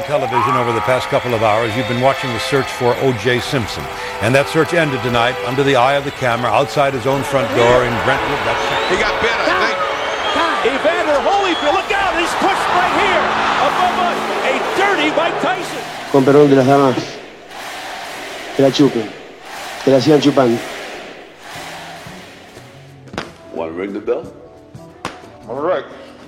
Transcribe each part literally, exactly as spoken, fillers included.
television over the past couple of hours, you've been watching the search for O J Simpson. And that search ended tonight under the eye of the camera outside his own front door in Brentwood. That's... He got bit, I think. Evander Holyfield, look out, he's pushed right here. Above us, a dirty Mike Tyson. Con perdón de las damas, que la chupen, que la sigan chupando. Want to ring the bell? All right.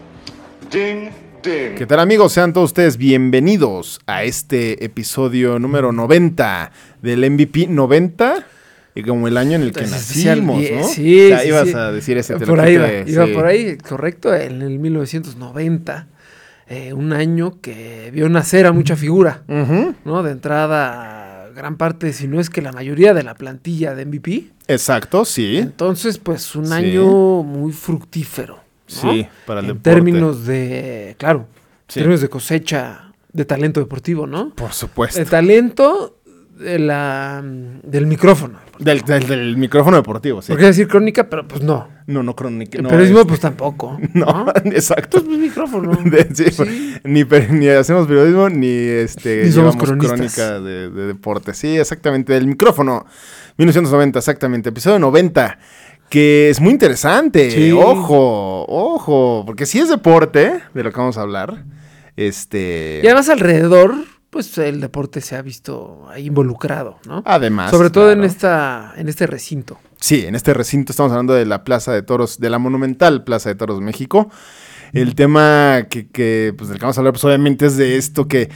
Ding, ding. ¿Qué tal, amigos? Sean todos ustedes bienvenidos a este episodio número noventa del M V P noventa. Y como el año en el que Entonces, nacimos, sí, ¿no? sí, o sea, sí, ibas sí. a decir ese. Te por lo ahí quité, iba, iba sí. por ahí, correcto, en el mil novecientos noventa. Eh, un año que vio nacer a mucha figura, Uh-huh. ¿no? De entrada, gran parte, si no es que la mayoría de la plantilla de M V P. Exacto, sí. Entonces, pues, un Sí. año muy fructífero, ¿no? Sí, para el en deporte. términos de, claro, Sí. en términos de cosecha de talento deportivo, ¿no? Por supuesto. El talento de la, del micrófono. Del, del, del micrófono deportivo, sí. Porque decir crónica, pero pues no. No, no crónica. El no, periodismo, es- pues tampoco. No, ¿no? exacto. Pues micrófono. De- sí, Sí. Ni, per- ni hacemos periodismo, ni este Ni somos llevamos cronistas. crónica de, de deporte. Sí, exactamente. Del micrófono. mil novecientos noventa, exactamente. Episodio noventa. Que es muy interesante. Sí. Ojo, ojo. Porque sí es deporte, de lo que vamos a hablar. Este. Y además alrededor, pues el deporte se ha visto ahí involucrado, ¿no? Además. Sobre todo en claro. esta, en este recinto. Sí, en este recinto estamos hablando de la Plaza de Toros, de la monumental Plaza de Toros México. El tema que, que, pues, del que vamos a hablar, pues obviamente es de esto que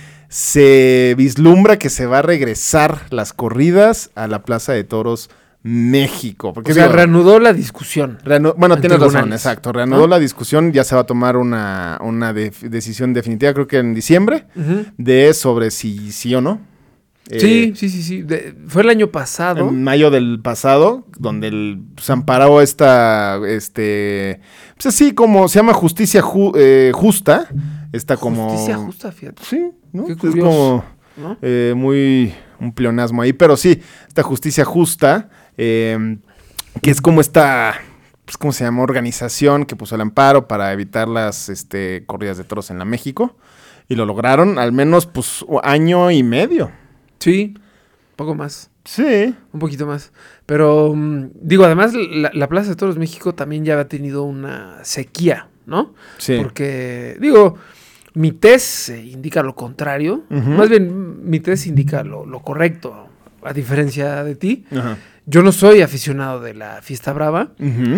se vislumbra que se va a regresar las corridas a la Plaza de Toros México. Porque O sea, digo, reanudó la discusión. reanu- bueno, en tienes razón, tribunales, exacto. Reanudó ¿no? la discusión, ya se va a tomar una, una def- decisión definitiva, creo que en diciembre, Ujú. de sobre si sí o no. Eh, Sí, sí, sí, sí. De- fue el año pasado. En mayo del pasado, donde el, se amparó esta, este, pues así como se llama justicia ju- eh, justa, está como... Justicia justa, fíjate. Sí, ¿no? Qué Es curioso, como ¿no? eh, muy, un pleonasmo ahí, pero sí, esta justicia justa, eh, que es como esta, pues, ¿cómo se llama? Organización que puso el amparo para evitar las este, corridas de toros en la México, y lo lograron al menos, pues, año y medio. Sí, poco más. Sí. Un poquito más. Pero, mm, digo, además, la, la Plaza de Toros México también ya ha tenido una sequía, ¿no? Sí. Porque, digo, mi test eh, indica lo contrario. Ujú. Más bien, mi test indica lo, lo correcto, a diferencia de ti. Ajá. Yo no soy aficionado de la Fiesta Brava. Ujú.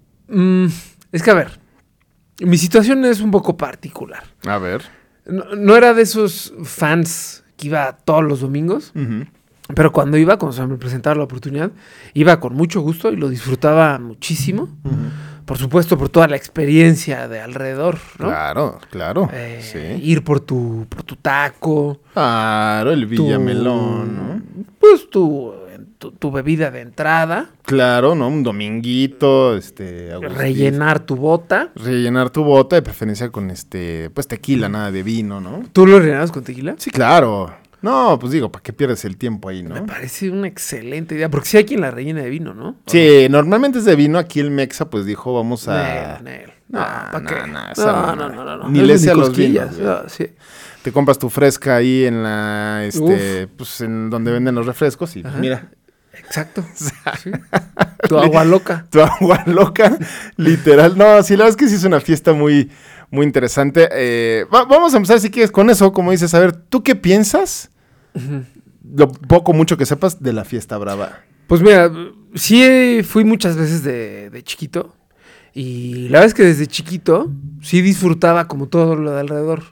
Mm, es que, a ver, mi situación es un poco particular. A ver. No, no era de esos fans que iba todos los domingos. Ujú. Pero cuando iba, cuando se me presentaba la oportunidad, iba con mucho gusto y lo disfrutaba muchísimo. Por supuesto, por toda la experiencia de alrededor, ¿no? Claro, claro. Eh, Sí. Ir por tu, por tu taco. Claro, el tu- Villamelón, ¿no? Pues tu, tu, tu bebida de entrada. Claro, ¿no? Un dominguito, este... agustito. Rellenar tu bota. Rellenar tu bota, de preferencia con este, pues tequila, nada de vino, ¿no? ¿Tú lo rellenabas con tequila? Sí, claro. No, pues digo, ¿para qué pierdes el tiempo ahí, no? Me parece una excelente idea. Porque sí hay quien la rellena de vino, ¿no? Sí, normalmente es de vino. Aquí el Mexa, pues dijo, vamos a... Nel, Nel. No, No, ¿para no, qué? no, No, esa no, no, no, no, no. ni Eso le ni sé a los cosquillas, vinos, no, sí. Te compras tu fresca ahí en la, este, pues en donde venden los refrescos y Ajá. mira, Exacto. Sí. Tu agua loca. tu agua loca, literal. No, sí, la verdad es que sí es una fiesta muy, muy interesante. Eh, va- vamos a empezar, si quieres, con eso, como dices. A ver, ¿tú qué piensas? Lo poco, mucho que sepas de la Fiesta Brava. Pues mira, sí fui muchas veces de, de chiquito. Y la verdad es que desde chiquito sí disfrutaba como todo lo de alrededor.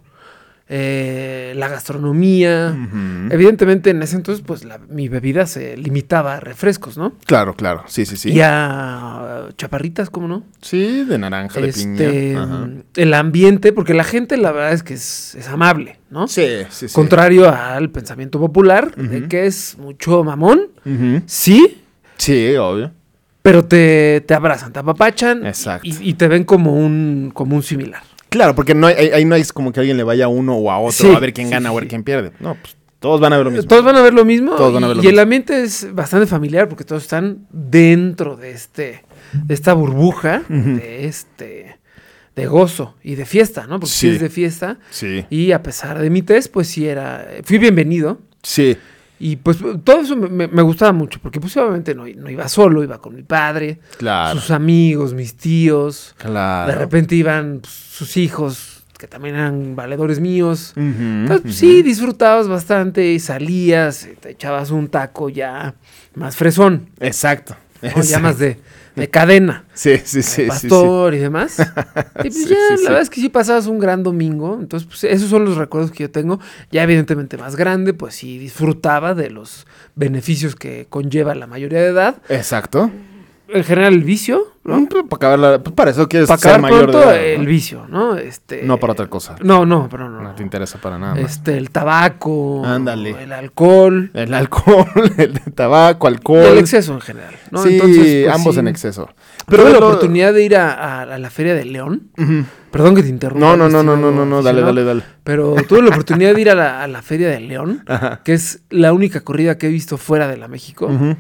Eh, la gastronomía. Ujú. Evidentemente en ese entonces pues la- mi bebida se limitaba a refrescos, ¿no? Claro, claro, sí, sí, sí. Y a chaparritas, ¿cómo no? Sí, de naranja, de Este, piña. Ajá. el ambiente, porque la gente la verdad es que es, es amable, ¿no? Sí, sí, sí. Contrario al pensamiento popular, de Ujú. que es mucho mamón, Ujú. sí, Sí, obvio. pero te, te abrazan, te apapachan Exacto. y, y te ven como un, como un similar. Claro, porque no hay, ahí- ahí no es como que alguien le vaya a uno o a otro Sí, a ver quién sí, gana sí, o a ver sí. quién pierde. No, pues todos van a ver lo mismo. Todos van a ver lo mismo, Todos van a y, ver lo y el mismo. ambiente es bastante familiar porque todos están dentro de este de esta burbuja, de este de gozo y de fiesta, ¿no? Porque sí, Sí. es de fiesta. Sí. Y a pesar de mi test, pues sí era... Fui bienvenido. Sí. Y pues todo eso me, me- me gustaba mucho, porque pues obviamente no, no iba solo, iba con mi padre, Claro. sus amigos, mis tíos. Claro. De repente iban pues, sus hijos, que también eran valedores míos. Ujú, Entonces, pues, ujú. sí, disfrutabas bastante, salías, te echabas un taco ya más fresón, Exacto. ¿no? Ya Exacto. más de, de cadena, Sí, sí, sí. sí, sí. pastor y demás. Y pues Sí, ya, sí, la sí. verdad es que sí pasabas un gran domingo. Entonces, pues esos son los recuerdos que yo tengo. Ya evidentemente más grande, pues sí disfrutaba de los beneficios que conlleva la mayoría de edad. Exacto. En general el vicio, ¿no? Mm, pues, para acabar la- pues, para eso quieres Para ser acabar mayor pronto, de edad, el ¿no? vicio, ¿no? Este, No para otra cosa. No, no, pero no. No no. te interesa para nada más. Este, el tabaco, Ándale. el alcohol El alcohol, el tabaco, y alcohol. el exceso en general, ¿no? Sí, Entonces, pues, ambos sí. en exceso. Pero tuve la lo- oportunidad de ir a, a- a la Feria de León. Ujú. Perdón que te interrumpa. No, no, mi no, no, estimado no, no, no, dale, aficionado, dale, dale. Pero tuve la oportunidad de ir a la, a la Feria de León, Ajá. que es la única corrida que he visto fuera de la México. Ujú.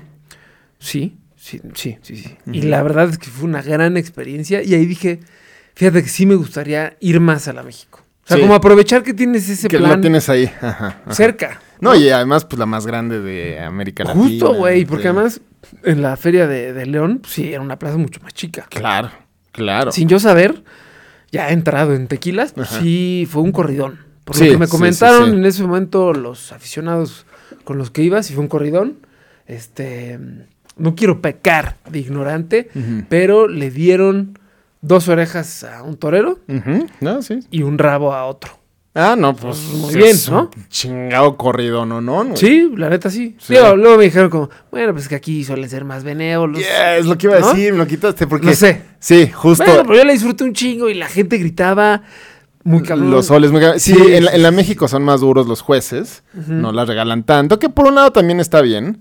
Sí, sí, sí, sí, sí. Y la verdad es que fue una gran experiencia. Y ahí dije, fíjate que sí me gustaría ir más a la México. O sea, Sí. como aprovechar que tienes ese Que plan lo tienes ahí. Ajá, ajá. cerca. No, y además, pues la más grande de América Latina. Justo, güey, porque sí. además en la Feria de, de León, pues, sí, era una plaza mucho más chica. Claro, claro. Sin yo saber, ya he entrado en tequilas, pues Ajá. sí fue un corridón. Por Sí, lo que me sí, comentaron sí, sí. en ese momento los aficionados con los que iba, sí fue un corridón. Este, no quiero pecar de ignorante, Ujú. pero le dieron dos orejas a un torero Ujú. No, sí. y un rabo a otro. Ah, no, pues. Muy es bien, un ¿no? Chingado corrido, ¿no? No, no. Sí, la neta sí. Sí. Digo, luego me dijeron como, bueno, pues que aquí suelen ser más benévolos. Yeah, es lo que iba a ¿no? decir, me lo quitaste porque. No sé. Sí, justo. Bueno, pero yo la disfruté un chingo y la gente gritaba muy cabrón. Los soles muy cabrón. Sí, Sí. en, la, en la México son más duros los jueces. No las regalan tanto, que por un lado también está bien.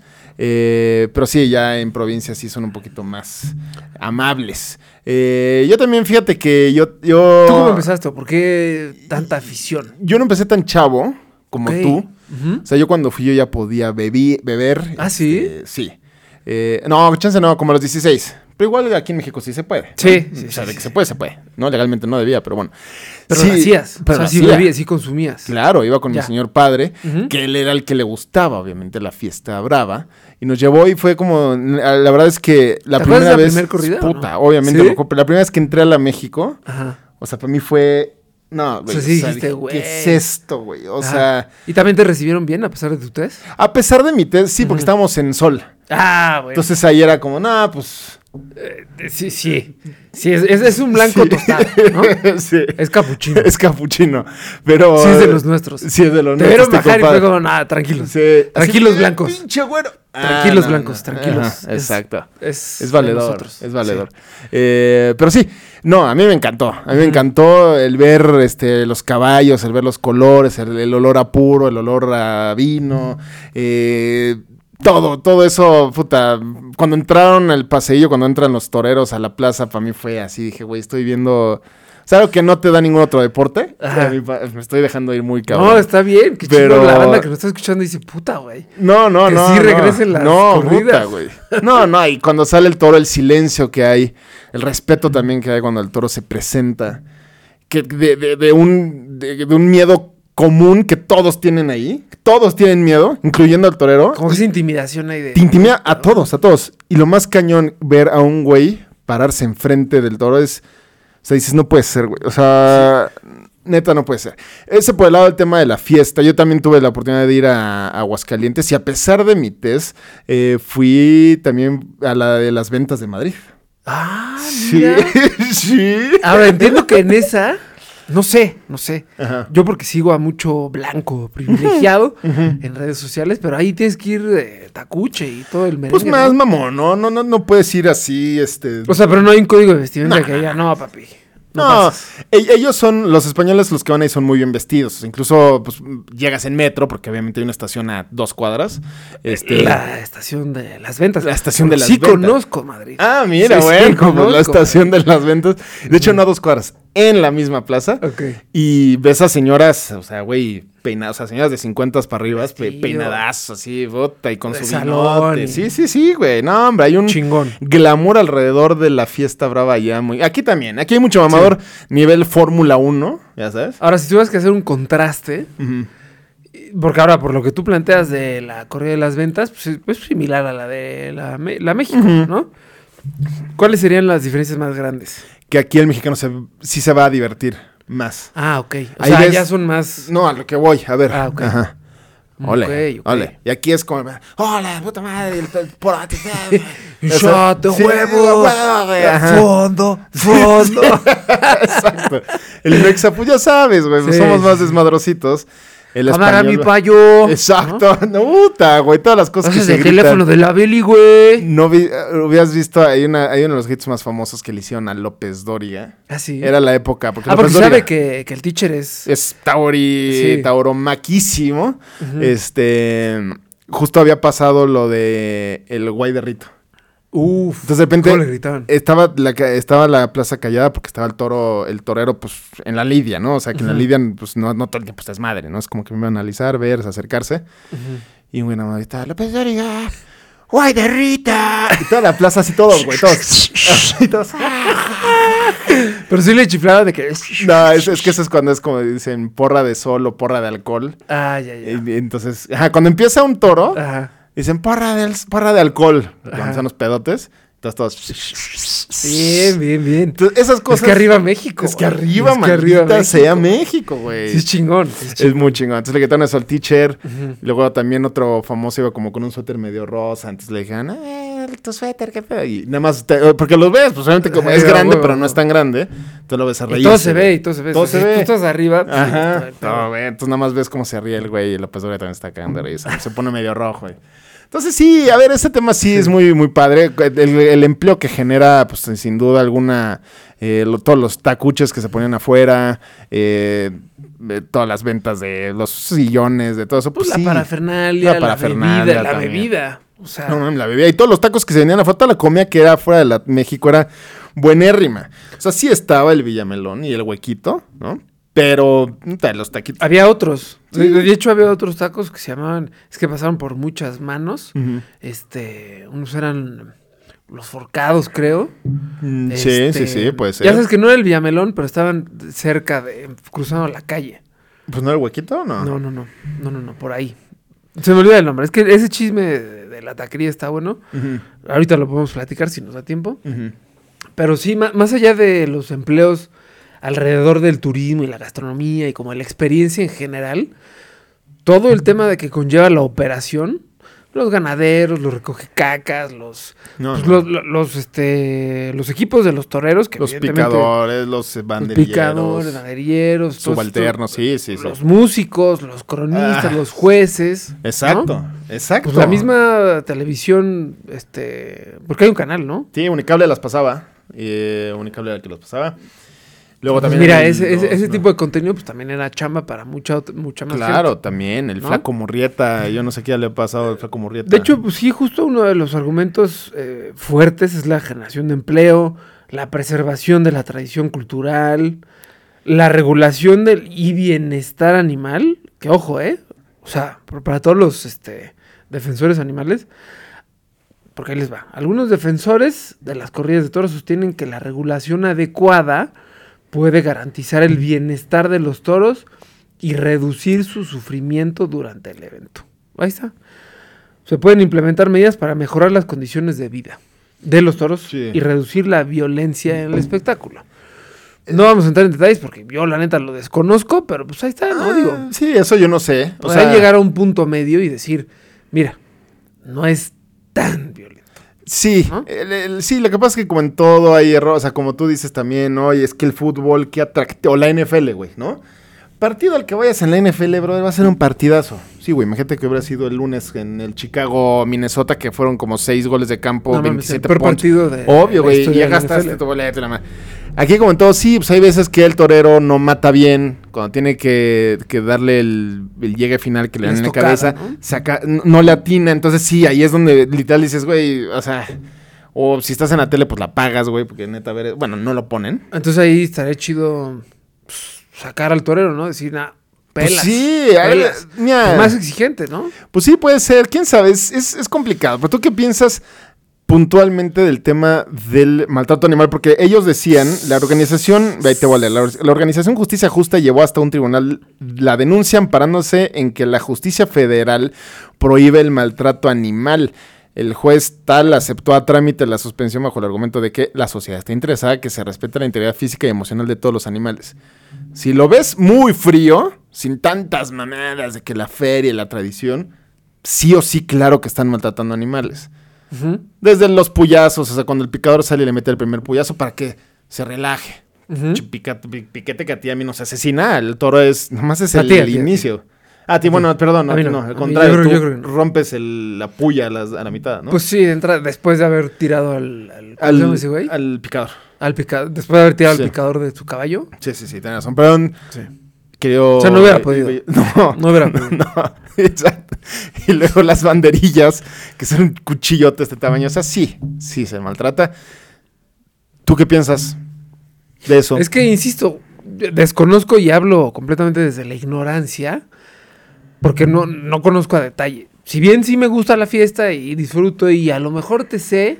eh, pero sí, ya en provincia sí son un poquito más amables. Eh, yo también, fíjate que yo... yo ¿Tú cómo empezaste? ¿Por qué tanta afición? Yo no empecé tan chavo como Ok. tú. Ujú. O sea, yo cuando fui yo ya podía bebi- beber. ¿Ah, sí? este, sí. Eh, no, chance no, como a los dieciséis. Pero igual aquí en México sí se puede. Sí, ¿no? sí, O sea, sí, de que sí. se puede, se puede. No, legalmente no debía, pero bueno. Pero Sí, lo hacías. Pero o sea, lo sí hacía. bebías, sí consumías. Claro, iba con Ya. mi señor padre, Ujú. que él era el que le gustaba, obviamente, la fiesta brava. Y nos llevó y fue como, la verdad es que la ¿Te acuerdas primera de la vez... primer corrida o Puta, no? obviamente. ¿Sí? me acuerdo, pero la primera vez que entré a la México, Ajá. o sea, para mí fue... No, güey. O sea, sí dijiste, dije, güey. ¿qué es esto, güey? O Ajá. sea, ¿Y también te recibieron bien a pesar de tu test? a pesar de mi test, sí, porque estábamos en sol. Ah, bueno. Entonces ahí era como, nah, pues... Eh, sí, sí. Sí, es, es, es un blanco Sí. tostado, ¿no? Sí. Es capuchino. Es capuchino. Pero... Sí, es de los nuestros. Sí, es de los Te nuestros. vieron este bajar y compadre. fue como, nada, tranquilos. Sí. Tranquilos Así, blancos. Pinche güero. Tranquilos Ah, no, blancos, no. tranquilos. Ajá, Es- exacto. Es, Es de valedor, nosotros. es valedor. Sí. Eh, pero sí, no, a mí me encantó. A mí me encantó el ver este, los caballos, el ver los colores, el, el olor a puro, el olor a vino. Eh, todo, todo eso, puta. Cuando entraron al paseillo, cuando entran los toreros a la plaza, para mí fue así. Dije, güey, estoy viendo... O sea, algo que no te da ningún otro deporte. Ajá. A mí pa- me estoy dejando ir muy cabrón. No, está bien. Que Pero- chido la banda que nos está escuchando dice, puta, güey. No, no, Que no. sí no. regresen las No, corridas. puta, güey. No, no, y cuando sale el toro, el silencio que hay, el respeto también que hay cuando el toro se presenta, que de, de- de un, de, de un miedo común que todos tienen ahí, todos tienen miedo, incluyendo al torero, Como que esa intimidación ahí de... te intimida a todos, a todos. Y lo más cañón, ver a un güey pararse enfrente del toro es, o sea, dices, no puede ser, güey. O sea, neta no puede ser. Ese por el lado del tema de la fiesta. Yo también tuve la oportunidad de ir a, a Aguascalientes y a pesar de mi test, eh, fui también a la de las ventas de Madrid. Ah, Sí, mira. sí. Ahora, entiendo que en esa... No sé, no sé. Ajá. Yo porque sigo a mucho blanco privilegiado en redes sociales, pero ahí tienes que ir de tacuche y todo el merengue. Pues más ¿no? mamón, ¿no? No, no, no puedes ir así, este... O sea, pero no hay un código de vestimenta Nah. que diga, no, papi. No, No, pasas". e- ellos son, los españoles, los que van ahí son muy bien vestidos. Incluso, pues, llegas en metro, porque obviamente hay una estación a dos cuadras. Este... La estación de las ventas. La estación de las sí ventas. conozco Madrid. Ah, mira, Sí, sí, bueno, pues la conozco. estación de las ventas. De hecho, no a dos cuadras, en la misma plaza. Ok. Y ves a señoras, o sea, güey, peinadas, o sea, señoras de cincuenta para arriba, pe- Vestido. peinadas así, bota y con De su salón vinote. y- Sí, sí, sí, güey. No, hombre, hay un Chingón. glamour alrededor de la fiesta brava allá. Muy... Aquí también, aquí hay mucho mamador nivel Fórmula uno, ya sabes. Ahora, si tuvieras que hacer un contraste, porque ahora, por lo que tú planteas de la corrida de las ventas, pues es, es similar a la de la, Me- la México, ¿no? ¿Cuáles serían las diferencias más grandes? Que aquí el mexicano se, sí se va a divertir más. Ah, ok. O Ahí sea, ves- ya son más... No, a lo que voy, a ver. Ah, ok. Ajá. Ole, Ok, ok. ole. Y aquí es como, hola, puta madre, el, el, por a ti, Un o sea, shot de sí, huevo. huevo, güey, ajá. Fondo, fondo. Exacto. El Mexa, pues ya sabes, güey, pues Sí, somos más sí. desmadrositos. El Amaga mi español. payo. Exacto. No, puta, güey, todas las cosas que Haces se el gritan. teléfono de la Beli, güey. No vi, hubieras visto, hay, una, hay uno de los hits más famosos que le hicieron a López Dóriga. Ah, sí. Era la época, porque Ah, porque López sabe Dóriga que, que el teacher es... es tauri, Sí. tauromaquísimo. Este, justo había pasado lo de el Guay de Rito. Uf. Entonces de repente ¿Cómo le gritaban? estaba la, ca- estaba la plaza callada porque estaba el toro, el torero, pues, en la lidia, ¿no? O sea, que en la lidia, pues, no, no todo el tiempo estás madre, ¿no? Es como que me iba a analizar, ver, acercarse. Y un güey nada más gritaba, López Dóriga, ¡guay de Rita! Y toda la plaza así, todos, güey, todos. Y todos, ¡ah! Pero sí le chiflaba de que... No, es, es que eso es cuando es como dicen porra de sol o porra de alcohol. Ah, ya, ya. Y, y entonces, ajá, cuando empieza un toro, Ajá. dicen porra de, porra de alcohol. Ajá. Cuando son los pedotes, entonces todos... Bien, bien, bien. Entonces, esas cosas... Es que arriba México. Es que güey. arriba, Es que maldita arriba sea México, güey. Sí, es chingón. sí es Es chingón. muy chingón. Entonces le quitaron eso al teacher. Luego también otro famoso iba como con un suéter medio rosa. Entonces le dijeron, eh, tu suéter, qué pedo. Y nada más, te- porque los ves, pues obviamente como Ay, es a grande, huevo, pero no huevo. es tan grande. Entonces lo ves a Y reírse. todo se ve, güey. y todo se ve. Todo O sea, se si ve. tú estás arriba... pues, sí, todo Ajá. el pedo. No, güey. Entonces nada más ves cómo se ríe el güey y López Dóriga también está cagando de risa. Se pone medio rojo, güey. Entonces sí, a ver, ese tema sí, es muy, muy padre. El, el empleo que genera, pues sin duda alguna, eh, lo- todos los tacuches que se ponían afuera, eh, eh, todas las ventas de los sillones, de todo eso. Pues Pues, la sí. parafernalia, La la, parafernalia bebida, la también. bebida. O sea, No, mames, la bebida y todos los tacos que se vendían afuera, toda la comida que era fuera de la, México era buenérrima. O sea, sí estaba el Villamelón y el Huequito, ¿no? Pero puta, los taquitos. había otros. De, de hecho, había otros tacos que se llamaban... Es que pasaron por muchas manos. Ujú. Este... Unos eran los forcados, creo. Mm, Sí, Este, sí, sí, puede ser. Ya sabes que no era el Villamelón, pero estaban cerca de... Cruzando la calle. Pues no era el Huequito, ¿no? No, no, no. No, no, no. Por ahí. Se me olvida el nombre. Es que ese chisme de, de la taquería está bueno. Ujú, Ahorita lo podemos platicar si nos da tiempo. ujú. Pero sí, ma- más allá de los empleos alrededor del turismo y la gastronomía y como la experiencia en general, todo el tema de que conlleva la operación, los ganaderos, los recogecacas, los, No, pues, no. los, los, los, este, los equipos de los toreros, que Los evidentemente- picadores, los los banderilleros, picadores, banderilleros, todos subalternos, estos- sí, sí, sí. los músicos, los cronistas, Ah. los jueces. ¿no? Exacto, exacto. Pues la misma televisión, este, porque hay un canal, ¿no? Sí, Unicable las pasaba. Eh, Unicable era el que los pasaba. Luego Pues también... mira, el- ese, ese, los- ese no. tipo de contenido pues también era chamba para mucha, ot- mucha más Claro, gente. también. El ¿no? Flaco Murrieta. Yo no sé qué le ha pasado al Flaco Murrieta. De hecho, pues sí, justo uno de los argumentos eh, fuertes es la generación de empleo, la preservación de la tradición cultural, la regulación del y bienestar animal, que ojo, ¿eh? O sea, por- para todos los este, defensores animales, porque ahí les va. Algunos defensores de las corridas de toros sostienen que la regulación adecuada puede garantizar el bienestar de los toros y reducir su sufrimiento durante el evento. Ahí está. Se pueden implementar medidas para mejorar las condiciones de vida de los toros Sí. y reducir la violencia en el espectáculo. No vamos a entrar en detalles porque yo la neta lo desconozco, pero pues ahí está, ¿no? Digo, Ah, sí, eso yo no sé. O podrá sea, llegar a un punto medio y decir, mira, no es tan violento. Sí, ¿no? el- el- sí, lo que pasa es que como en todo hay errores, o sea, como tú dices también, oye, es que el fútbol, qué atractivo, o la N F L, güey, ¿no? Partido al que vayas en la N F L, brother, va a ser un partidazo. Sí, güey, imagínate que hubiera sido el lunes en el Chicago, Minnesota, que fueron como seis goles de campo, No mames, el veintisiete peor puntos. partido de Obvio, la güey, y historia ya de la gastaste N F L. tu boleto y la madre. Aquí como en todo, sí, pues hay veces que el torero no mata bien, cuando tiene que, que darle el, el llegue final que le La dan en la estocada, cabeza, ¿no? saca, no, no le atina, entonces sí, ahí es donde literal dices, güey, o sea... O si estás en la tele, pues la pagas, güey, porque neta, a ver, bueno, no lo ponen. Entonces ahí estaría chido pues, sacar al torero, ¿no? Decir, nah, pelas. Pues sí, pelas. Ay, mira, Más exigente, ¿no? Pues sí, puede ser, quién sabe, es, es, es complicado. Pero tú qué piensas puntualmente del tema del maltrato animal, porque ellos decían, la organización, ahí te voy a leer, la, la organización Justicia Justa llevó hasta un tribunal la denuncia amparándose en que la justicia federal prohíbe el maltrato animal. El juez tal aceptó a trámite la suspensión bajo el argumento de que la sociedad está interesada que se respete la integridad física y emocional de todos los animales. Si lo ves muy frío, sin tantas mamadas de que la feria y la tradición, sí o sí claro que están maltratando animales. Uh-huh. Desde los puyazos, o sea, cuando el picador sale y le mete el primer puyazo para que se relaje. Uh-huh. Pica, piquete que a ti a mí nos asesina, el toro es, nomás es el, el inicio. Ah, ti, bueno, perdón, no, no, no, al contrario, yo creo, tú yo creo que no. rompes el, la puya a la, a la mitad, ¿no? Pues sí, entra, después de haber tirado al... ¿Al, al, ¿cómo ese güey? Al picador. Al picador, después de haber tirado sí. al picador de su caballo. Sí, sí, sí, tenés razón, perdón. Sí. Creo, o sea, no hubiera podido. No, no hubiera podido. No, exacto. Y luego las banderillas, que son un cuchillote de este tamaño. O sea, sí, sí se maltrata. ¿Tú qué piensas de eso? Es que, insisto, desconozco y hablo completamente desde la ignorancia, porque no, no conozco a detalle. Si bien sí me gusta la fiesta y disfruto y a lo mejor te sé...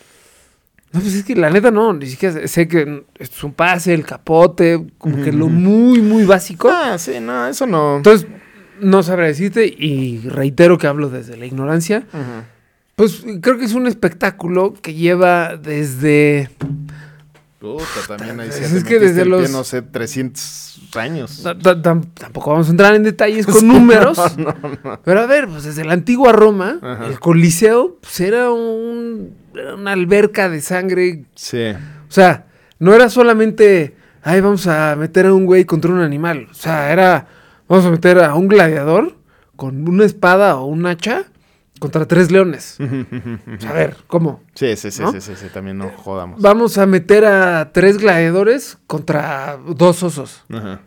No, pues es que la neta no, ni siquiera sé que esto es un pase, el capote, como uh-huh. que lo muy, muy básico. Ah, sí, no, eso no. Entonces, no sabré decirte y reitero que hablo desde la ignorancia. Uh-huh. Pues creo que es un espectáculo que lleva desde... Puta, también hay es que desde los... pie, no sé, trescientos años. T- t- t- tampoco vamos a entrar en detalles con sí, números. No, no, no. Pero a ver, pues desde la antigua Roma, ajá. el Coliseo pues era un, una alberca de sangre. Sí. O sea, no era solamente, ay, vamos a meter a un güey contra un animal. O sea, era, vamos a meter a un gladiador con una espada o un hacha contra tres leones. O sea, a ver, ¿cómo? Sí, sí, sí, ¿no? sí, sí, sí, también no jodamos. Vamos a meter a tres gladiadores contra dos osos. Ajá.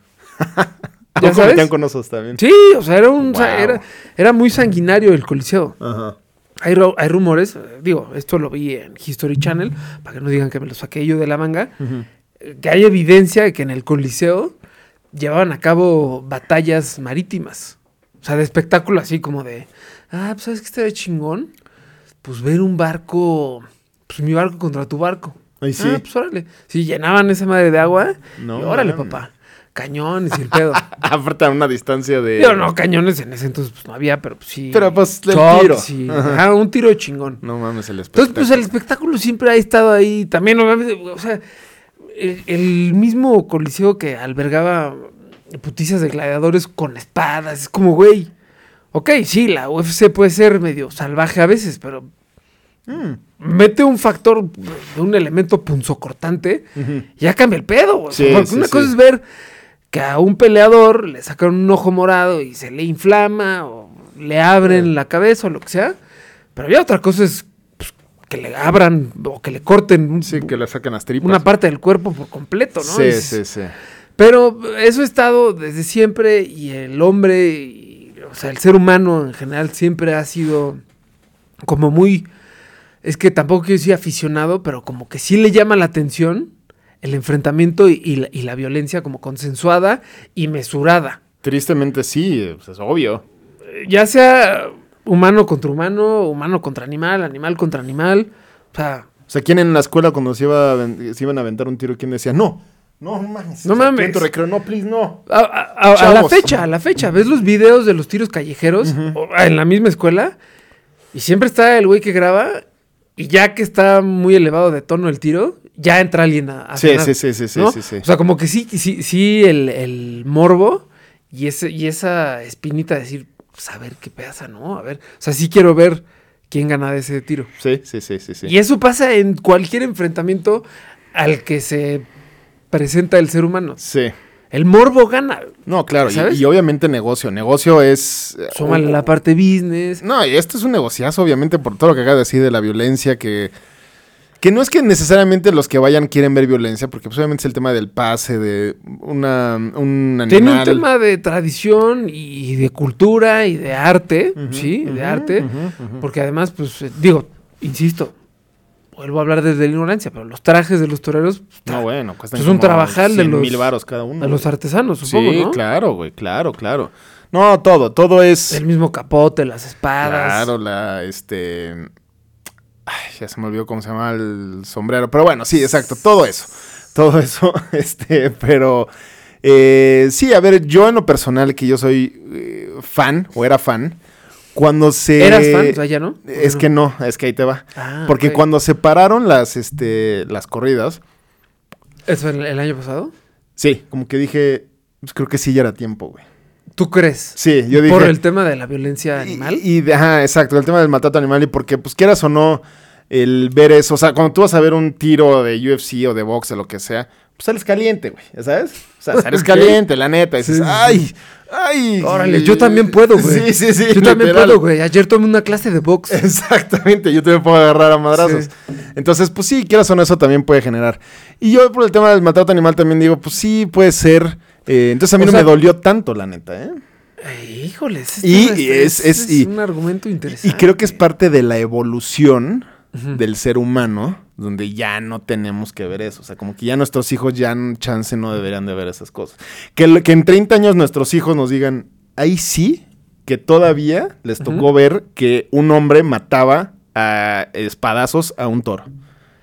¿Ya sabes? Metían con osos también. Sí, o sea, era un wow. era, era muy sanguinario el Coliseo. Ajá. Hay, hay rumores, digo, esto lo vi en History Channel, para que no digan que me lo saqué yo de la manga, uh-huh. que hay evidencia de que en el Coliseo llevaban a cabo batallas marítimas. O sea, de espectáculo así como de... Ah, pues ¿sabes qué estaría chingón? Pues ver un barco, pues mi barco contra tu barco. Ay, sí. Ah, pues órale. Si llenaban esa madre de agua, no, y órale, man. papá. Cañones y el pedo. Aparte a una distancia de... Pero no, cañones en ese entonces pues no había, pero pues sí. Pero pues el tiro. Sí. Ah, un tiro chingón. No mames, el espectáculo. Entonces, pues el espectáculo siempre ha estado ahí. También, obviamente, o sea, el, el mismo Coliseo que albergaba putizas de gladiadores con espadas. Es como, güey... Ok, sí, la U F C puede ser medio salvaje a veces, pero mm. mete un factor, un elemento punzocortante, uh-huh. y ya cambia el pedo. Sí, o sea, sí, una sí. cosa es ver que a un peleador le sacan un ojo morado y se le inflama, o le abren uh-huh. la cabeza, o lo que sea. Pero ya otra cosa es pues, que le abran o que le corten un, sí, que le saquen las tripas. Una parte del cuerpo por completo, ¿no? Sí, es, sí, sí. Pero eso ha estado desde siempre y el hombre... O sea, el ser humano en general siempre ha sido como muy... Es que tampoco quiero decir aficionado, pero como que sí le llama la atención el enfrentamiento y, y, la, y la violencia como consensuada y mesurada. Tristemente sí, pues es obvio. Ya sea humano contra humano, humano contra animal, animal contra animal. O sea... O sea, ¿quién en la escuela cuando se, iba a, se iban a aventar un tiro, quién decía, no? No mames. No mames. En tu recreo, no, please, no. A, a, a, a la fecha, a la fecha. ¿Ves los videos de los tiros callejeros uh-huh. en la misma escuela? Y siempre está el güey que graba y ya que está muy elevado de tono el tiro, ya entra alguien a, a sí, cenar, sí, sí, sí, ¿no? sí, sí. O sea, como que sí, sí, sí el, el morbo y, ese, y esa espinita de decir, pues a ver qué pasa, ¿no? A ver, o sea, sí quiero ver quién gana de ese tiro. Sí, sí, sí, sí, sí. Y eso pasa en cualquier enfrentamiento al que se... presenta el ser humano. Sí. El morbo gana. No, claro. Y, y obviamente negocio. Negocio es... Súmale uh, la parte business. No, y esto es un negociazo, obviamente, por todo lo que acaba de decir de la violencia, que... Que no es que necesariamente los que vayan quieren ver violencia, porque pues, obviamente es el tema del pase, de una, un animal... Tiene un tema de tradición y de cultura y de arte, uh-huh, ¿sí? Uh-huh, de arte. Uh-huh, uh-huh. Porque además, pues, digo, insisto, vuelvo a hablar desde la ignorancia, pero los trajes de los toreros... No, bueno, cuestan Es un como trabajal de cien los... mil varos cada uno. De los artesanos, supongo, sí, ¿no? claro, güey, claro, claro. No, todo, todo es... El mismo capote, las espadas. Claro, la, este... Ay, ya se me olvidó cómo se llama el sombrero. Pero bueno, sí, exacto, todo eso. Todo eso, este, pero... Eh, sí, a ver, yo en lo personal, que yo soy eh, fan, o era fan, cuando se... ¿Eras fan? O sea, ya no. Es que no, es que ahí te va. Ah, Porque ok. cuando se pararon las, este, las corridas, ¿Eso el, el año pasado? sí, como que dije, pues creo que sí ya era tiempo, güey. ¿Tú crees? Sí, yo dije... ¿Por el tema de la violencia animal? Y, y de- ajá, exacto, el tema del maltrato animal y porque, pues quieras o no, el ver eso, o sea, cuando tú vas a ver un tiro de U F C o de box o lo que sea, pues sales caliente, güey, ¿ya sabes? O sea, sales Ok. caliente, la neta, dices, Sí, sí, sí. ay, ay. Órale, yo también puedo, güey. Sí, sí, sí. Yo también literal. puedo, güey. Ayer tomé una clase de box. Exactamente, yo también puedo agarrar a madrazos. Sí. Entonces, pues sí, quieras o no, eso también puede generar. Y yo por el tema del maltrato animal también digo, pues sí, puede ser. Eh, entonces a mí O no sea- me dolió tanto, la neta, ¿eh? Ay, híjole, ese Y tema es- es- y- un argumento interesante. Y creo que es parte de la evolución Ujú. del ser humano, donde ya no tenemos que ver eso. O sea, como que ya nuestros hijos ya en chance no deberían de ver esas cosas. Que, lo- que en treinta años nuestros hijos nos digan, ahí sí, que todavía les tocó Ujú. ver que un hombre mataba a espadazos a un toro.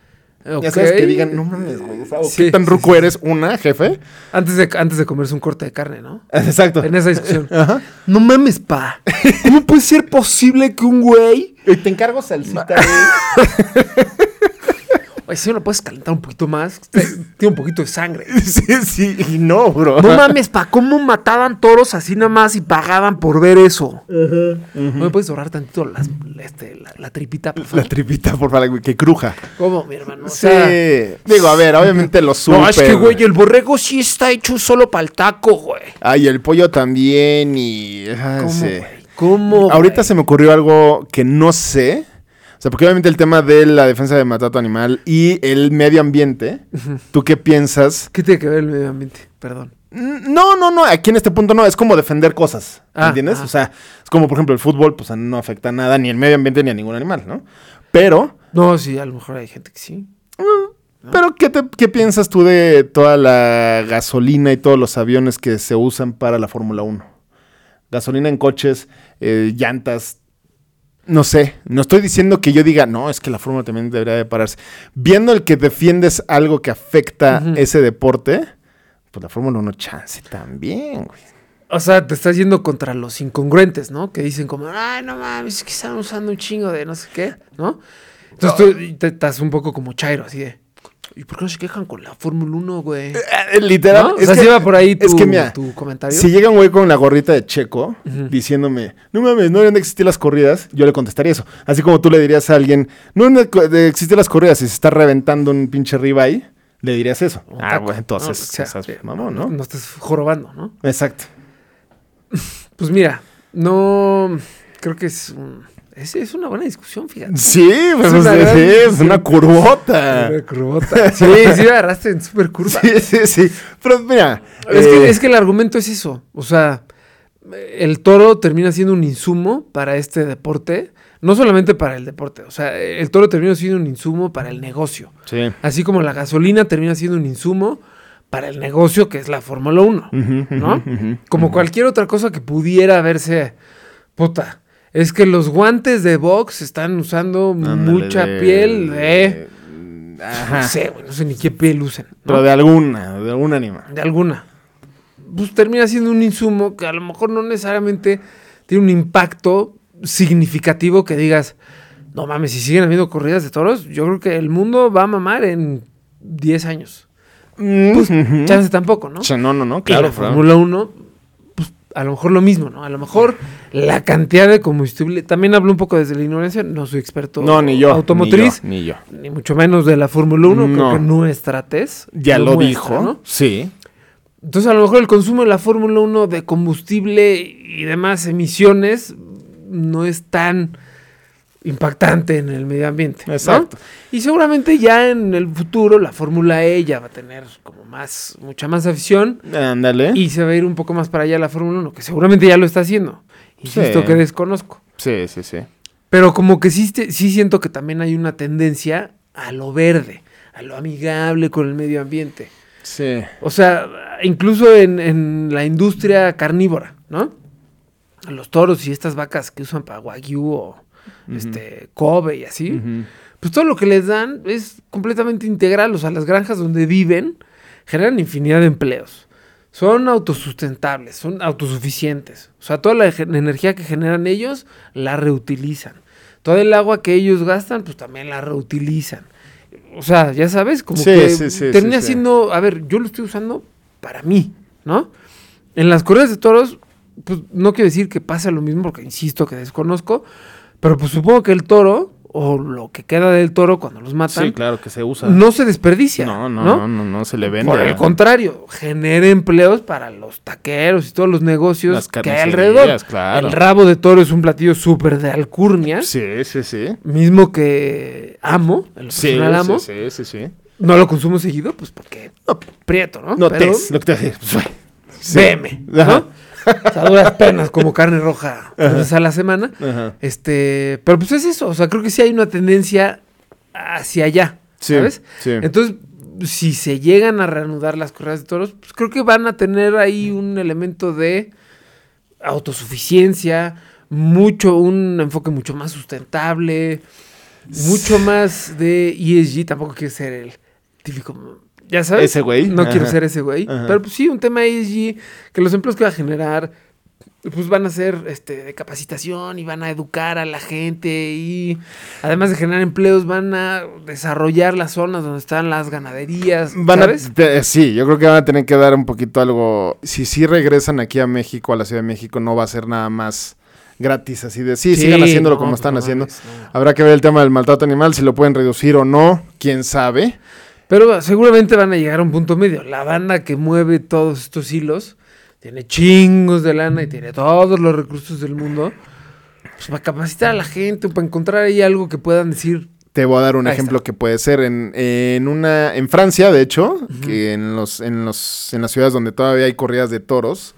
Ok. Ya sabes, que digan, no mames, güey, o sea, Sí, ¿qué tan sí, ruco sí. eres? Una, jefe. Antes de, antes de comerse un corte de carne, ¿no? Exacto. En esa discusión. Ajá. No mames, pa. ¿Cómo puede ser posible que un güey... Y te encargo salsita, güey. Oye, si no lo puedes calentar un poquito más. te- Tiene un poquito de sangre. Sí, sí, y no, bro. No mames, pa. ¿Cómo mataban toros así nada más y pagaban por ver eso? ¿No me puedes ahorrar tantito las, este, la, la tripita, por favor? La tripita, por favor, güey, que cruja. ¿Cómo, mi hermano? O Sí. sea, Digo, a ver, obviamente lo supe. no, es que, güey, el borrego sí está hecho solo para el taco, güey. Ay, el pollo también y... ah, ¿Cómo, sí. güey? ¿Cómo, Ahorita güey? se me ocurrió algo que no sé. O sea, porque obviamente el tema de la defensa del maltrato animal y el medio ambiente, ¿tú qué piensas? ¿Qué tiene que ver el medio ambiente? Perdón. Mm, No, no, no, aquí en este punto no, es como defender cosas, ¿me Ah, ¿entiendes? ajá. O sea, es como por ejemplo el fútbol, pues no afecta nada, ni al medio ambiente ni a ningún animal, ¿no? Pero, No, sí, a lo mejor hay gente que sí. pero ¿qué, te- qué piensas tú de toda la gasolina y todos los aviones que se usan para la Fórmula uno? Gasolina en coches, eh, llantas, no sé, no estoy diciendo que yo diga, no, es que la Fórmula también debería de pararse. Viendo el que defiendes algo que afecta Ujú. ese deporte, pues la Fórmula uno chance también, güey. O sea, te estás yendo contra los incongruentes, ¿no? Que dicen como, ay, no mames, es que están usando un chingo de no sé qué, ¿no? Entonces tú te, estás un poco como Chairo, así de, ¿y por qué no se quejan con la Fórmula uno, güey? Eh, Literal. ¿No? O sea, sí va por ahí tu, es que, mira, tu comentario. si llega un güey con la gorrita de Checo Ujú. diciéndome, no mames, no deben de existir las corridas, yo le contestaría eso. Así como tú le dirías a alguien, no deben de co- de existir las corridas y se está reventando un pinche ribeye, le dirías eso. Un Ah, taco, bueno, entonces, ¿no? O sea, estás sí, mamón, ¿no? No estés jorobando, ¿no? Exacto. Pues mira, no... Creo que es un... Es, es una buena discusión, fíjate. Sí, pues, una sí, gran sí, es discusión. una curvota. Una curvota. Sí, sí me agarraste en súper curva. Sí, sí, sí. Pero mira. Es, eh, que, es que el argumento es eso. O sea, el toro termina siendo un insumo para este deporte. No solamente para el deporte. O sea, el toro termina siendo un insumo para el negocio. Sí. Así como la gasolina termina siendo un insumo para el negocio que es la Fórmula uno. Ujú, ¿no? ujú, ujú, Como ujú. cualquier otra cosa que pudiera verse... Puta. Es que los guantes de box están usando Ándale, mucha de- piel de... Ajá. No sé, güey. No sé ni qué piel usen. ¿no? Pero de alguna, de algún animal. De alguna. Pues termina siendo un insumo que a lo mejor no necesariamente tiene un impacto significativo que digas, no mames, si siguen habiendo corridas de toros, yo creo que el mundo va a mamar en diez años. Pues Ujú. chance tampoco, ¿no? Ch- No, no, no, Y claro. la Fórmula uno, pues a lo mejor lo mismo, ¿no? A lo mejor la cantidad de combustible, también hablo un poco desde la ignorancia, no soy experto No, ni yo. automotriz, Ni yo. Ni yo. ni mucho menos de la Fórmula uno, No. creo que nuestra test Ya lo lo muestra, dijo. ¿no? Sí. Entonces, a lo mejor el consumo de la Fórmula uno de combustible y demás emisiones no es tan impactante en el medio ambiente. ¿no? Exacto. Y seguramente ya en el futuro la Fórmula E ya va a tener como más, mucha más afición Ándale. y se va a ir un poco más para allá la Fórmula uno, que seguramente ya lo está haciendo. Insisto Sí. que desconozco. Sí, sí, sí. Pero como que sí, sí siento que también hay una tendencia a lo verde, a lo amigable con el medio ambiente. Sí. O sea, incluso en, en la industria carnívora, ¿no? Los toros y estas vacas que usan para wagyu o uh-huh. este, Kobe y así, uh-huh. pues todo lo que les dan es completamente integral. O sea, las granjas donde viven generan infinidad de empleos. Son autosustentables, son autosuficientes. O sea, toda la ge- energía que generan ellos la reutilizan. Toda el agua que ellos gastan, pues también la reutilizan. O sea, ya sabes, como sí, que sí, sí, termina sí, siendo... sí. A ver, yo lo estoy usando para mí, ¿no? En las corridas de toros, pues no quiero decir que pase lo mismo, porque insisto que desconozco, pero pues supongo que el toro, o lo que queda del toro cuando los matan... Sí, claro, que se usa. No se desperdicia. No, no, no, no, no, no se le vende. Por el contrario, genera empleos para los taqueros y todos los negocios Las que hay alrededor. Claro. El rabo de toro es un platillo súper de alcurnia. Sí, sí, sí. Mismo que amo, el Sí, personal amo. sí, sí, sí, sí. No lo consumo seguido, pues porque prieto, ¿no? No Pero te, lo que te decir. Sí. veme, ¿no? Ajá. O sea, duras penas como carne roja una vez a la semana. Ajá. Este, pero pues es eso, o sea, creo que sí hay una tendencia hacia allá, Sí, ¿sabes? sí. Entonces, si se llegan a reanudar las corridas de toros, pues creo que van a tener ahí un elemento de autosuficiencia, mucho, un enfoque mucho más sustentable, mucho más de E S G. Tampoco quiero ser el típico, ya sabes. Ese güey. No Ajá. quiero ser ese güey. Ajá. Pero pues sí, un tema E S G, que los empleos que va a generar, pues van a ser este, de capacitación y van a educar a la gente y además de generar empleos van a desarrollar las zonas donde están las ganaderías, Van ¿sabes? a, te- sí, yo creo que van a tener que dar un poquito algo. Si sí regresan aquí a México, a la Ciudad de México, no va a ser nada más gratis, así de sí, Sí, sigan haciéndolo no, como pues están no haciendo. mames, no. Habrá que ver el tema del maltrato animal, si lo pueden reducir o no, quién sabe. Pero seguramente van a llegar a un punto medio. La banda que mueve todos estos hilos tiene chingos de lana y tiene todos los recursos del mundo. Pues para capacitar a la gente, para encontrar ahí algo que puedan decir. Te voy a dar un Ahí ejemplo está. que puede ser en, en una en Francia, de hecho, uh-huh. que en los en los en las ciudades donde todavía hay corridas de toros,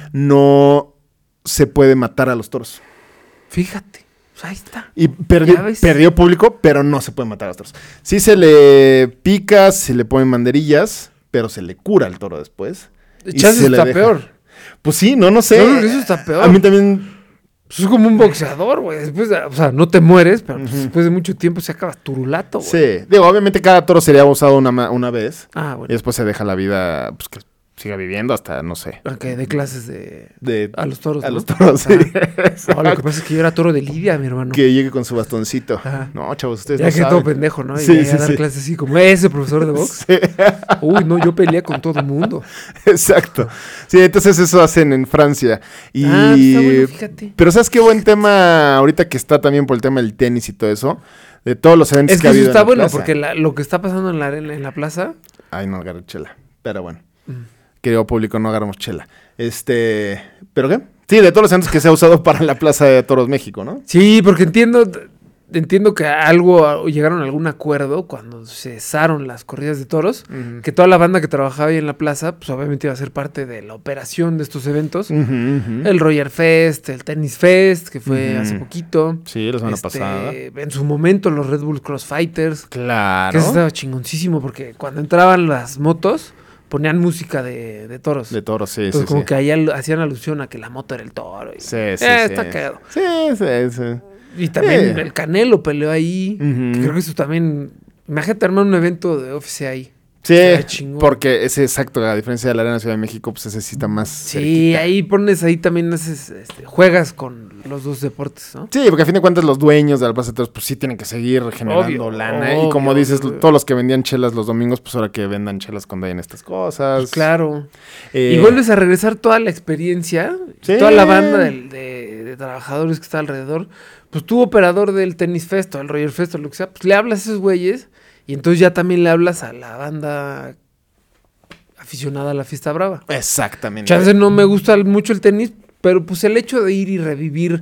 no se puede matar a los toros. Fíjate, pues ahí está. Y perdió, Ya ves. perdió público, pero no se puede matar a los toros. Sí se le pica, se le ponen banderillas, pero se le cura al toro después. y Chance se le está deja. peor. Pues sí, no, no sé. Yo creo que eso está peor. A mí también. Pues es como un boxeador, güey. Después, de- o sea, no te mueres, pero pues después de mucho tiempo se acabas turulato, güey. Sí. Digo, obviamente cada toro sería usado una, ma- una vez. Ah, Y bueno. después se deja la vida, pues que siga viviendo hasta, no sé. Ok, de clases de... De, A los toros, a ¿no? los toros, sí. Ajá. No, lo que pasa es que yo era toro de Lidia, mi hermano. Que llegue con su bastoncito. Ajá. No, chavos, ustedes Ya no que saben. todo pendejo, ¿no? Y Sí, llegué sí, a dar sí. clases así como ese profesor de box. Sí. Uy, no, yo peleé con todo el mundo. Exacto. Sí, entonces eso hacen en Francia. Y... Ah, está bueno, fíjate. Pero ¿sabes qué buen tema ahorita que está también por el tema del tenis y todo eso? De todos los eventos Es que que ha eso habido está en la bueno, plaza. porque la- lo que está pasando en la arena, en la plaza... Ay, no agarré chela. Pero bueno. Mm. Querido público, no agarramos chela. Este... ¿Pero qué? Sí, de todos los eventos que se ha usado para la Plaza de Toros México, ¿no? Sí, porque entiendo... Entiendo que algo llegaron a algún acuerdo cuando cesaron las corridas de toros, Ujú. que toda la banda que trabajaba ahí en la plaza, pues obviamente iba a ser parte de la operación de estos eventos. Ujú, ujú. El Royal Fest, el Tennis Fest, que fue Ujú. hace poquito. Sí, la semana Este, pasada. En su momento los Red Bull Crossfighters, Claro. que eso estaba chingoncísimo porque cuando entraban las motos ponían música de, de toros. De toros, sí, Entonces sí, como sí. que ahí al- hacían alusión a que la moto era el toro. Y, Sí, sí, Eh, sí. está cagado. Sí, sí, sí. Y también Sí. el Canelo peleó ahí. Ujú. Que creo que eso también... Imagínate armar un evento de U F C ahí. Sí, Estaría chingón. porque ese exacto, a diferencia de la Arena Ciudad de México, pues ese sí está más Sí, cerquita. ahí pones, ahí también haces, este, juegas con los dos deportes, ¿no? Sí, porque a fin de cuentas los dueños de la Plaza de Toros, pues sí tienen que seguir generando Obvio, lana. y obvio, como dices, obvio. todos los que vendían chelas los domingos, pues ahora que vendan chelas cuando hayan estas cosas. Pues claro. Eh, Y vuelves a regresar toda la experiencia, Sí. toda la banda del- de, de trabajadores que está alrededor. Pues tú, operador del Tennis Fest o el Royal Fest o lo que sea, pues le hablas a esos güeyes y entonces ya también le hablas a la banda aficionada a la fiesta brava. Exactamente. Chance no me gusta mucho el tenis, pero pues el hecho de ir y revivir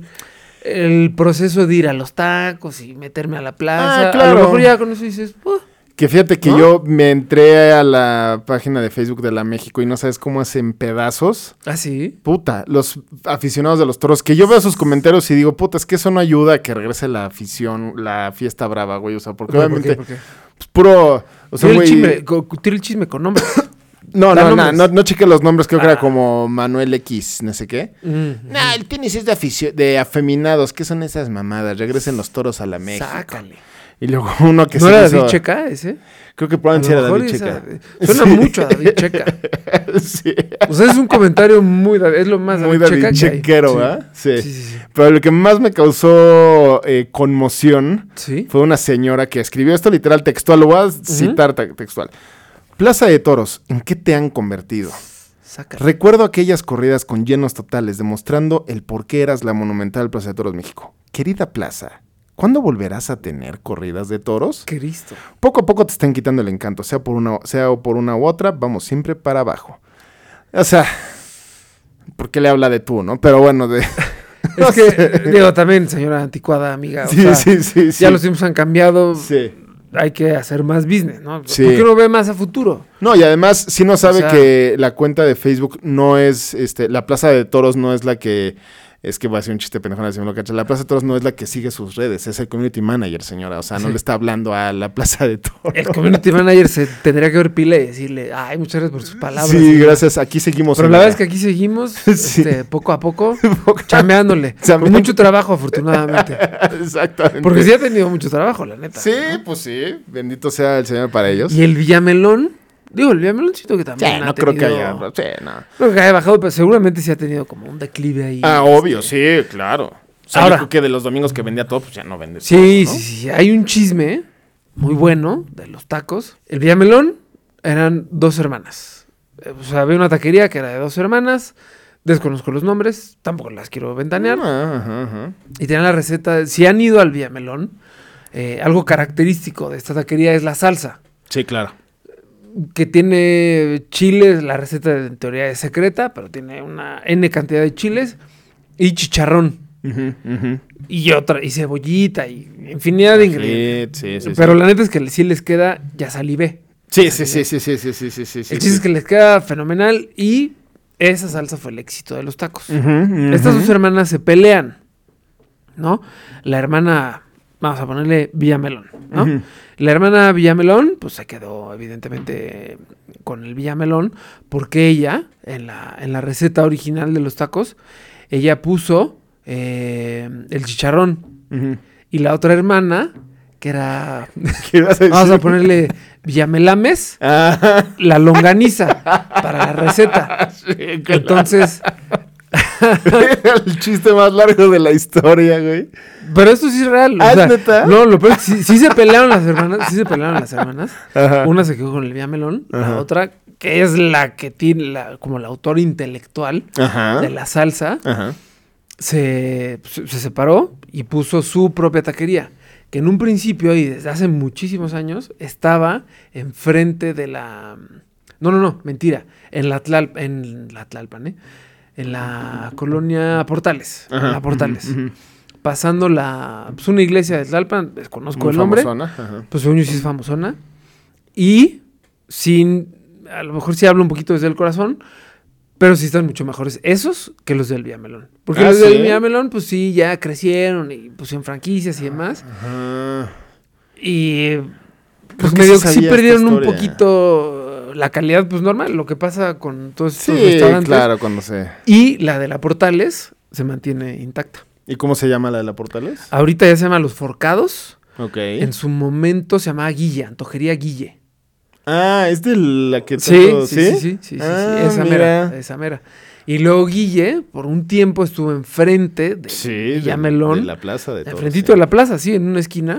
el proceso de ir a los tacos y meterme a la plaza, Ah, claro. a lo mejor ya con eso dices, "Uh". Que fíjate que ¿No? yo me entré a la página de Facebook de la México y no sabes cómo hacen pedazos. Ah, sí. Puta, los aficionados de los toros, que yo veo sus comentarios y digo, puta, es que eso no ayuda a que regrese la afición, la fiesta brava, güey. O sea, porque ¿Por qué? obviamente, ¿Por qué? puro... O sea, tira, güey... el chisme, co- tira el chisme con nombres. No, Da no, no, nombres. no, no chequé los nombres, creo que Ah. era como Manuel X, no sé qué. Mm. No, el tenis es de aficio- de afeminados. ¿Qué son esas mamadas? Regresen los toros a la México. Sácale. Y luego uno que ¿No se era hizo- David Checa ese? Creo que A probablemente lo era David mejor Checa. esa- Suena mucho a David Checa. Sí. O sea, es un comentario muy... David- Es lo más Muy David, David Checa que hay. Chequero, Sí. ¿verdad? Sí. Sí, sí, sí. Pero lo que más me causó eh, conmoción Sí. fue una señora que escribió esto literal textual. Lo voy a citar te- textual. Plaza de Toros, ¿en qué te han convertido? Sácale. Recuerdo aquellas corridas con llenos totales, demostrando el por qué eras la monumental Plaza de Toros México. Querida Plaza, ¿cuándo volverás a tener corridas de toros? Cristo. Poco a poco te están quitando el encanto, sea por una, sea por una u otra, vamos siempre para abajo. O sea, ¿por qué le habla de tú, no? Pero bueno, de... Es que, digo, también, señora anticuada, amiga. O Sí, sea, sí, sí, sí. Ya los tiempos han cambiado. Sí. Hay que hacer más business, ¿no? Sí. ¿Por qué uno ve más a futuro? No, y además, si no sabe O sea- que la cuenta de Facebook no es, este, la Plaza de Toros no es la que, es que va a ser un chiste pendejón, si me lo cachas. La Plaza de Toros no es la que sigue sus redes, es el community manager, señora. O sea, no Sí. le está hablando a la Plaza de Toros. El community manager se tendría que ver pila y decirle, ay, muchas gracias por sus palabras. Sí, señora". gracias. Aquí seguimos. Pero en la verdad es que aquí seguimos, Sí. este, poco a poco, chameándole. Chameando. Con mucho trabajo, afortunadamente. Exactamente. Porque sí ha tenido mucho trabajo, la neta. Sí, pues sí. Bendito sea el Señor para ellos. Y el Villamelón, digo, el Villamelón siento que Sí, también ha no creo que tenido- haya. Sí, no. Creo que haya bajado, pero seguramente sí ha tenido como un declive ahí. Ah, obvio, sí, claro. O sea, Ahora- yo creo que de los domingos que vendía todo, pues ya no vende Sí, todo, ¿no? sí, sí. Hay un chisme muy bueno de los tacos. El Villamelón eran dos hermanas. Eh, O sea, había una taquería que era de dos hermanas. Desconozco los nombres, tampoco las quiero ventanear. Ajá, ajá, ajá. Y tenían la receta. Si han ido al Villamelón, eh, algo característico de esta taquería es la salsa. Sí, claro. Que tiene chiles, la receta en teoría es secreta, pero tiene una N cantidad de chiles y chicharrón. Ujú, ujú. Y otra, y cebollita, y infinidad de Sí, ingredientes. sí, sí, Pero sí. la neta es que sí les queda, ya salivé. Sí, sí, sí, sí, sí, sí, sí, sí, sí, sí. El chiste es que les queda fenomenal y esa salsa fue el éxito de los tacos. Estas dos hermanas se pelean, ¿no? La hermana, vamos a ponerle Villamelón, ¿no? Ujú. La hermana Villamelón, pues se quedó evidentemente con el Villamelón, porque ella, en la, en la receta original de los tacos, ella puso eh, el chicharrón. Ujú. Y la otra hermana, que era, ¿Qué ibas a decir? vamos a ponerle Villamelames, Ah, la longaniza para la receta. sí, claro. Entonces, el chiste más largo de la historia, güey. pero esto sí es real. o ¿Ah, es sea, neta? No, lo peor es que sí, sí se pelearon las hermanas, sí se pelearon las hermanas. Ajá. Una se quedó con el Villamelón, Ajá. la otra, que es la que tiene la, como el autor intelectual Ajá. de la salsa, Ajá. se, se se separó y puso su propia taquería. Que en un principio y desde hace muchísimos años estaba enfrente de la... No, no, no, mentira. En la, Tlal, en la Tlalpan, ¿eh? En la colonia Portales. Ajá. En la Portales. Ujú, ujú. Pasando la... Pues una iglesia de Tlalpan, desconozco Muy el nombre. famosona, ajá. Pues según yo sí es famosona. Y sin... A lo mejor sí hablo un poquito desde el corazón, pero sí están mucho mejores esos que los del Villamelón. Porque ¿Ah, los sí? del Villamelón, pues sí, ya crecieron y pusieron franquicias y demás. Ajá. Y Creo pues que medio sí que sí sabía esta perdieron un historia. poquito la calidad, pues normal, lo que pasa con todos estos Sí, restaurantes. claro, cuando se... Y la de la Portales se mantiene intacta. ¿Y cómo se llama la de la Portales? Ahorita ya se llama Los Forcados. Ok. En su momento se llamaba Guille, Antojería Guille. Ah, es de la que... Sí, tanto- sí, sí, sí, sí, sí, sí, Ah, esa mira. mera, esa mera. Y luego Guille, por un tiempo estuvo enfrente de Sí, de- Villamelón. de la plaza de toros, Enfrentito sí. de la plaza, sí, en una esquina.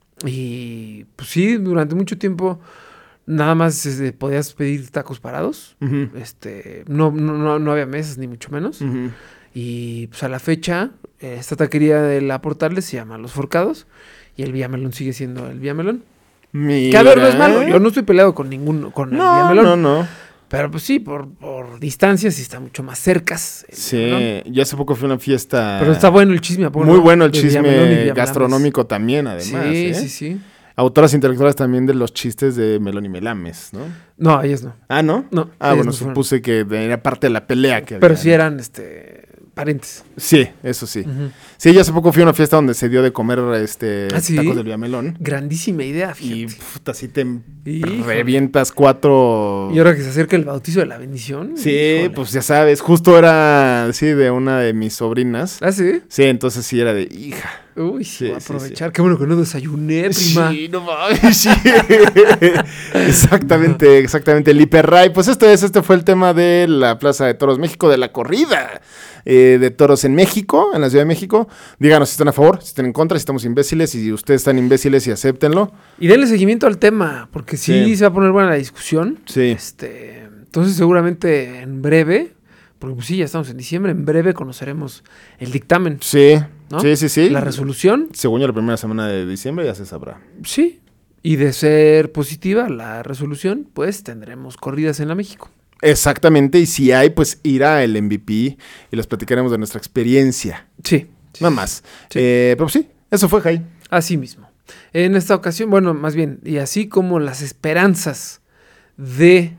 Y pues sí, durante mucho tiempo nada más este, podías pedir tacos parados. Ujú, Este, no, no, no, no había mesas, ni mucho menos. ujú. Y pues a la fecha, eh, esta taquería de la Portales se llama Los Forcados. Y el Villamelón sigue siendo el Villamelón. Mira. Que a ver, no es malo. Yo no estoy peleado con ninguno, con el No, Villamelón. no, no. Pero pues sí, por, por distancia sí está mucho más cercas. el Sí, Villamelón. yo hace poco fui a una fiesta... Pero está bueno el chisme, ¿a poco Muy no? bueno el De Villamelón y chisme Villamelames. gastronómico también, además. Sí, ¿eh? sí, sí. Autoras intelectuales también de los chistes de Melón y Melames, ¿no? No, ellas no. Ah, ¿no? No, Ah, ellas bueno, no fueron. supuse que era parte de la pelea que Pero había, sí ¿no? eran, este, Parientes. Sí, eso sí. Ujú. Sí, yo hace poco fui a una fiesta donde se dio de comer este ¿Ah, sí? tacos del Villamelón. Grandísima idea, Y fíjate. puta, así te Híjole. revientas cuatro. Y ahora que se acerca el bautizo de la bendición. Sí, híjole. pues ya sabes, justo era, sí, de una de mis sobrinas. ¿Ah, sí? Sí, entonces sí era de hija. Uy, Sí, sí, voy a sí, aprovechar. Qué bueno que no desayuné, prima. Sí, no mames, sí. Exactamente, exactamente. El Hiperray. Pues esto es, este fue el tema de la Plaza de Toros México, de la corrida eh, de toros en México, en la Ciudad de México. Díganos si están a favor, si están en contra, si estamos imbéciles, y si ustedes están imbéciles y acéptenlo. Y denle seguimiento al tema, porque sí, Sí. se va a poner buena la discusión. Sí. Este, entonces seguramente en breve, porque pues sí, ya estamos en diciembre, en breve conoceremos el dictamen, Sí, ¿no? sí, sí, sí. La resolución, Según yo, la primera semana de diciembre ya se sabrá. sí. Y de ser positiva la resolución, pues tendremos corridas en la México. Exactamente, y si hay, pues irá el M V P y les platicaremos de nuestra experiencia. Sí. sí, Nada sí. más. Sí. Eh, pero sí, eso fue, Jai. Así mismo. En esta ocasión, bueno, más bien, y así como las esperanzas de...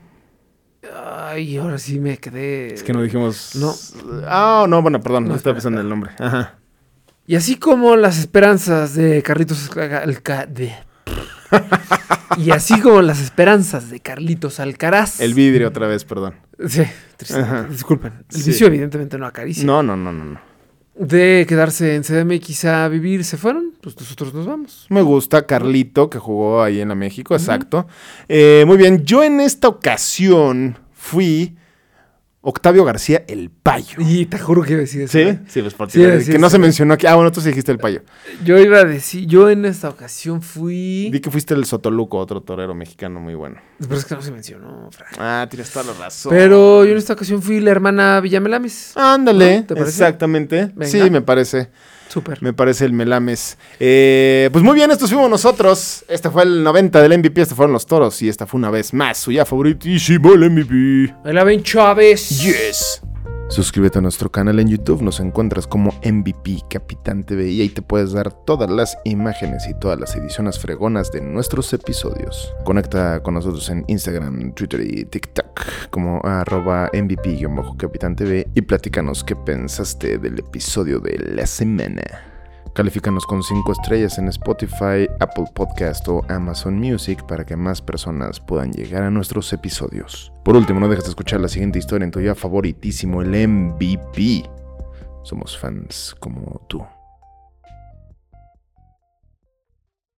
Ay, ahora sí me quedé... Es que no dijimos. No. Ah, no, bueno, perdón, no, No, estaba espera, pensando en el nombre. Ajá. Y así como las esperanzas de Carlitos Alcaraz... De... y así como las esperanzas de Carlitos Alcaraz... El vidrio otra vez, perdón. Sí, triste, Ajá. disculpen. El Sí. vicio evidentemente no acaricia. No, no, no, no, no. De quedarse en C D M X a vivir, se fueron, pues nosotros nos vamos. Me gusta Carlito, que jugó ahí en la México, exacto. Eh, muy bien, yo en esta ocasión fui Octavio García, el Payo. Y te juro que iba a decir eso. ¿Sí? ¿eh? Sí, pues por Sí, ti, sí, que no sí. se mencionó aquí. Ah, bueno, tú sí dijiste el Payo. Yo iba a decir, yo en esta ocasión fui... Vi que fuiste el Sotoluco, otro torero mexicano muy bueno. Pero es que no se mencionó, Fran. Ah, tienes toda la razón. Pero yo en esta ocasión fui la hermana Villamelames. Ándale, ¿No? ¿Te parece? exactamente. Venga. Sí, me parece. Súper. Me parece el Melames. Eh, pues muy bien, estos fuimos nosotros. Este fue el noventa del M V P, este fueron los toros. Y esta fue una vez más su ya favoritísimo, el M V P. Ahí la ven, Chávez. Yes. Suscríbete a nuestro canal en YouTube, nos encuentras como M V P Capitán T V y ahí te puedes dar todas las imágenes y todas las ediciones fregonas de nuestros episodios. Conecta con nosotros en Instagram, Twitter y TikTok como arroba M V P-Capitán T V y platícanos qué pensaste del episodio de la semana. Califícanos con cinco estrellas en Spotify, Apple Podcast o Amazon Music para que más personas puedan llegar a nuestros episodios. Por último, no dejes de escuchar la siguiente historia en tu ya favoritísimo, el M V P. Somos fans como tú.